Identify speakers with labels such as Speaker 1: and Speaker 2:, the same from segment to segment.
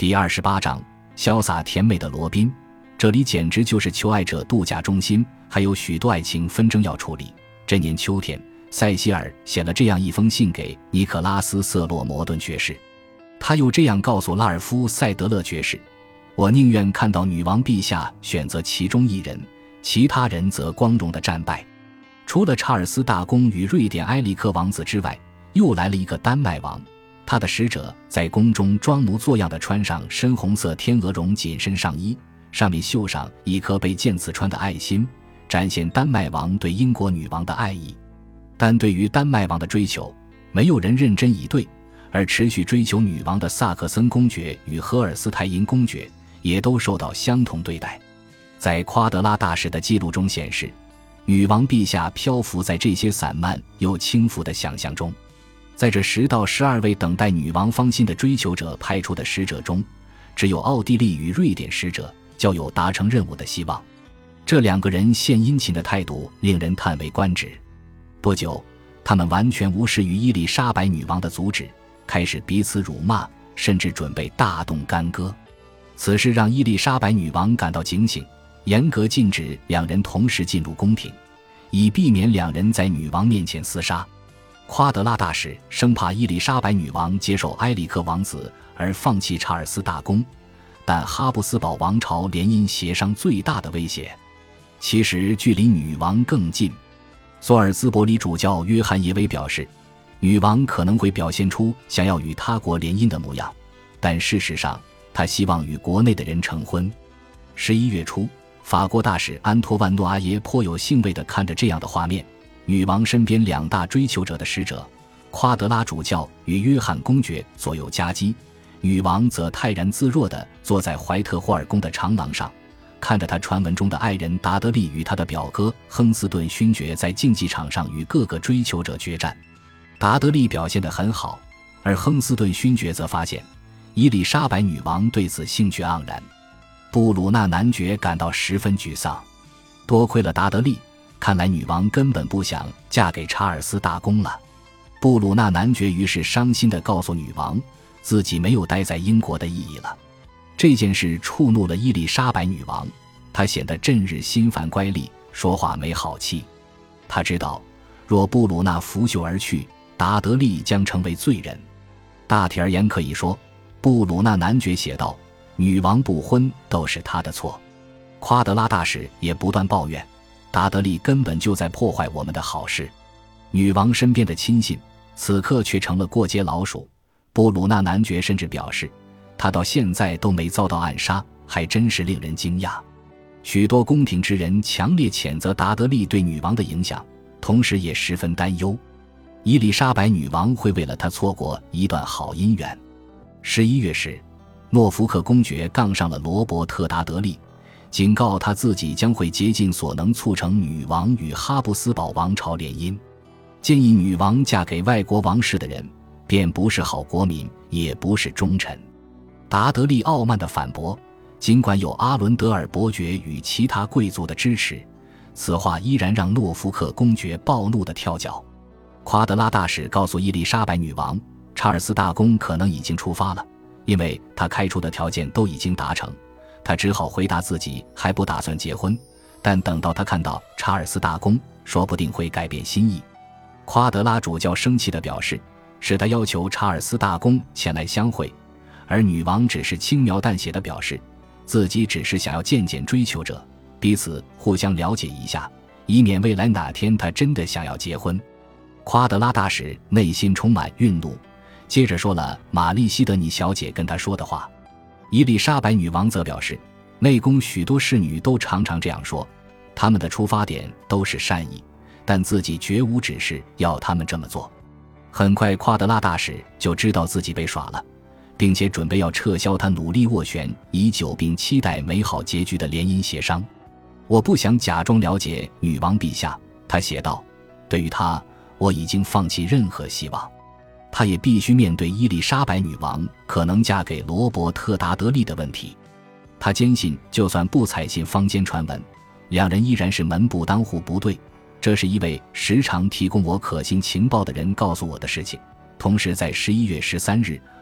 Speaker 1: 第28章，潇洒甜美的罗宾。这里简直就是求爱者度假中心，还有许多爱情纷争要处理。这年秋天，塞西尔写了这样一封信给尼可拉斯·瑟洛摩顿爵士，他又这样告诉拉尔夫·塞德勒爵士：我宁愿看到女王陛下选择其中一人，其他人则光荣地战败。除了查尔斯大公与瑞典埃里克王子之外，又来了一个丹麦王，他的使者在宫中装模作样地穿上深红色天鹅绒紧身上衣，上面绣上一颗被剑刺穿的爱心，展现丹麦王对英国女王的爱意。但对于丹麦王的追求，没有人认真以对，而持续追求女王的萨克森公爵与荷尔斯泰因公爵也都受到相同对待。在夸德拉大使的记录中显示，女王陛下漂浮在这些散漫又轻浮的想象中。在这10到12位等待女王芳心的追求者派出的使者中，只有奥地利与瑞典使者较有达成任务的希望。这2个人献殷勤的态度令人叹为观止。不久，他们完全无视于伊丽莎白女王的阻止，开始彼此辱骂，甚至准备大动干戈。此事让伊丽莎白女王感到警醒，严格禁止2人同时进入宫廷，以避免2人在女王面前厮杀。夸德拉大使生怕伊丽莎白女王接受埃里克王子而放弃查尔斯大公，但哈布斯堡王朝联姻协商最大的威胁其实距离女王更近。索尔兹伯里主教约翰耶维表示，女王可能会表现出想要与他国联姻的模样，但事实上她希望与国内的人成婚。11月初，法国大使安托万诺阿耶颇有兴味地看着这样的画面，女王身边2大追求者的使者夸德拉主教与约翰公爵左右夹击，女王则泰然自若地坐在怀特霍尔宫的长廊上，看着他传闻中的爱人达德利与他的表哥亨斯顿勋爵在竞技场上与各个追求者决战。达德利表现得很好，而亨斯顿勋爵则发现伊丽莎白女王对此兴趣盎然。布鲁纳男爵感到十分沮丧，多亏了达德利，看来女王根本不想嫁给查尔斯大公了。布鲁纳男爵于是伤心地告诉女王，自己没有待在英国的意义了。这件事触怒了伊丽莎白女王，她显得阵日心烦乖戾，说话没好气。她知道，若布鲁纳拂袖而去，达德利将成为罪人。大体而言可以说，布鲁纳男爵写道，女王不婚都是他的错。夸德拉大使也不断抱怨，达德利根本就在破坏我们的好事。女王身边的亲信此刻却成了过街老鼠。布鲁纳男爵甚至表示，他到现在都没遭到暗杀，还真是令人惊讶。许多宫廷之人强烈谴责达德利对女王的影响，同时也十分担忧伊丽莎白女王会为了他错过一段好姻缘。11月时，诺福克公爵杠上了罗伯特·达德利，警告他自己将会竭尽所能促成女王与哈布斯堡王朝联姻，建议女王嫁给外国王室的人便不是好国民，也不是忠臣。达德利傲慢地反驳，尽管有阿伦德尔伯爵与其他贵族的支持，此话依然让诺福克公爵暴怒地跳脚。夸德拉大使告诉伊丽莎白女王，查尔斯大公可能已经出发了，因为他开出的条件都已经达成。他只好回答自己还不打算结婚，但等到他看到查尔斯大公，说不定会改变心意。夸德拉主教生气地表示，是他要求查尔斯大公前来相会，而女王只是轻描淡写地表示，自己只是想要见见追求者，彼此互相了解一下，以免未来哪天他真的想要结婚。夸德拉大使内心充满愠怒，接着说了玛丽西德尼小姐跟他说的话。伊丽莎白女王则表示，内宫许多侍女都常常这样说，她们的出发点都是善意，但自己绝无指示要他们这么做。很快夸德拉大使就知道自己被耍了，并且准备要撤销他努力斡旋已久并期待美好结局的联姻协商。我不想假装了解女王陛下，他写道，对于她，我已经放弃任何希望。他也必须面对伊丽莎白女王可能嫁给罗伯特·达德利的问题。他坚信就算不采信坊间传闻，2人依然是门不当户不对，这是一位时常提供我可信情报的人告诉我的事情。同时在11月13日，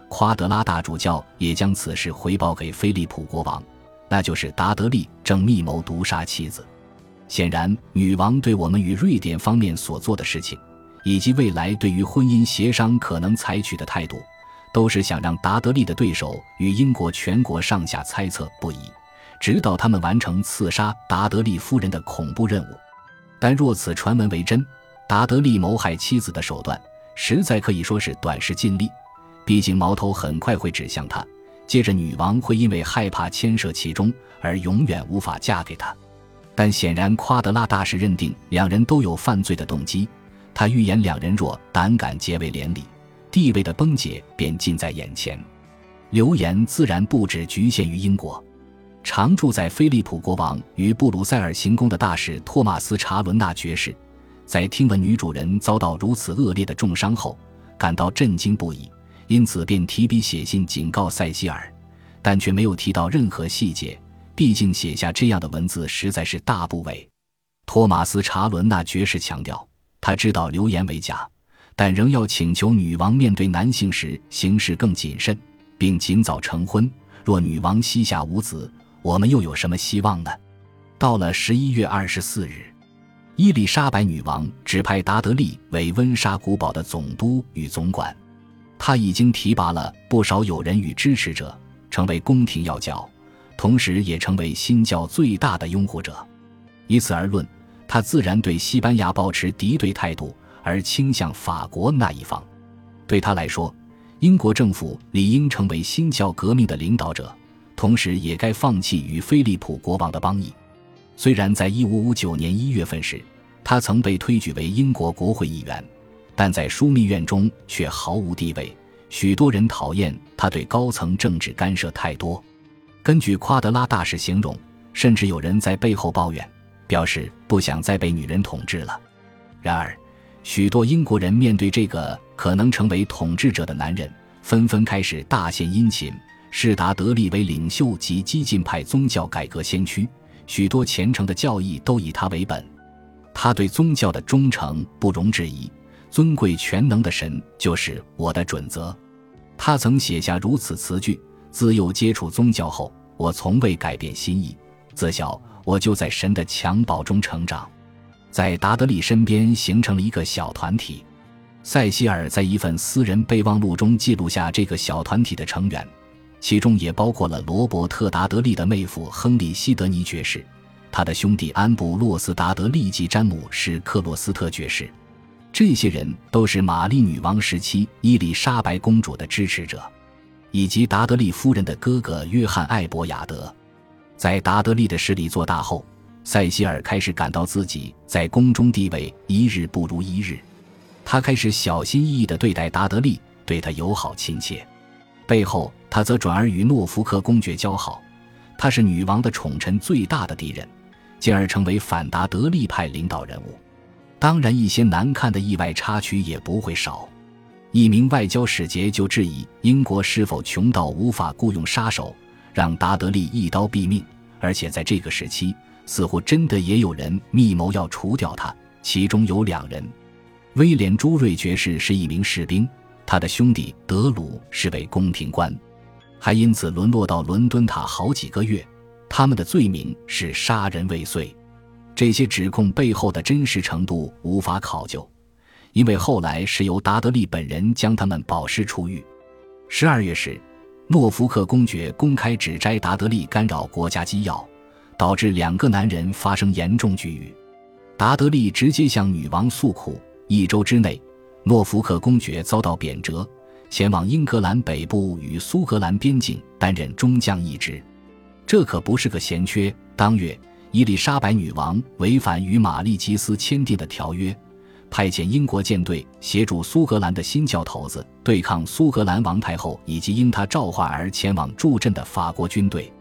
Speaker 1: 夸德拉大主教也将此事回报给菲利普国王，那就是达德利正密谋毒杀妻子。显然，女王对我们与瑞典方面所做的事情，以及未来对于婚姻协商可能采取的态度，都是想让达德利的对手与英国全国上下猜测不已，直到他们完成刺杀达德利夫人的恐怖任务。但若此传闻为真，达德利谋害妻子的手段实在可以说是短视尽力，毕竟矛头很快会指向他，接着女王会因为害怕牵涉其中而永远无法嫁给他。但显然夸德拉大使认定两人都有犯罪的动机，他预言两人若胆敢结为连理，地位的崩解便近在眼前。流言自然不只局限于英国，常驻在菲利普国王与布鲁塞尔行宫的大使托马斯·查伦纳爵士，在听闻女主人遭到如此恶劣的重伤后，感到震惊不已，因此便提笔写信警告塞西尔，但却没有提到任何细节，毕竟写下这样的文字实在是大不韪。托马斯·查伦纳爵士强调，他知道流言为假，但仍要请求女王面对男性时行事更谨慎，并尽早成婚。若女王膝下无子，我们又有什么希望呢？到了11月24日，伊丽莎白女王指派达德利为温莎古堡的总督与总管，他已经提拔了不少友人与支持者，成为宫廷要角，同时也成为新教最大的拥护者。以此而论，他自然对西班牙抱持敌对态度，而倾向法国那一方。对他来说，英国政府理应成为新教革命的领导者，同时也该放弃与菲利普国王的邦谊。虽然在1559年1月份时，他曾被推举为英国国会议员，但在枢密院中却毫无地位，许多人讨厌他对高层政治干涉太多。根据夸德拉大使形容，甚至有人在背后抱怨，表示不想再被女人统治了。然而，许多英国人面对这个可能成为统治者的男人，纷纷开始大献殷勤，视达德利为领袖及激进派宗教改革先驱，许多虔诚的教义都以他为本。他对宗教的忠诚不容置疑，尊贵全能的神就是我的准则。他曾写下如此词句：自幼接触宗教后，我从未改变心意，自小我就在神的襁褓中成长。在达德利身边形成了一个小团体。塞西尔在一份私人备忘录中记录下这个小团体的成员，其中也包括了罗伯特·达德利的妹夫亨利·西德尼爵士，他的兄弟安布洛斯·达德利及詹姆士·克洛斯特爵士。这些人都是玛丽女王时期伊丽莎白公主的支持者，以及达德利夫人的哥哥约翰·艾伯雅德。在达德利的势力做大后，塞西尔开始感到自己在宫中地位一日不如一日。他开始小心翼翼地对待达德利，对他友好亲切。背后他则转而与诺福克公爵交好，他是女王的宠臣最大的敌人，进而成为反达德利派领导人物。当然，一些难看的意外插曲也不会少。一名外交使节就质疑英国是否穷到无法雇佣杀手，让达德利一刀毙命，而且在这个时期，似乎真的也有人密谋要除掉他，其中有2人。威廉·朱瑞爵士是一名士兵，他的兄弟德鲁是位宫廷官，还因此沦落到伦敦塔好几个月。他们的罪名是杀人未遂。这些指控背后的真实程度无法考究，因为后来是由达德利本人将他们保释出狱。12月时，诺福克公爵公开指摘达德利干扰国家机要，导致2个男人发生严重龃龉。达德利直接向女王诉苦，1周之内，诺福克公爵遭到贬谪，前往英格兰北部与苏格兰边境担任中将一职。这可不是个闲缺。当月，伊丽莎白女王违反与玛丽吉斯签订的条约，派遣英国舰队协助苏格兰的新教头子对抗苏格兰王太后以及因他召唤而前往助阵的法国军队。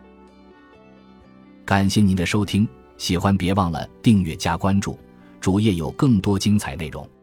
Speaker 1: 感谢您的收听，喜欢别忘了订阅加关注，主页有更多精彩内容。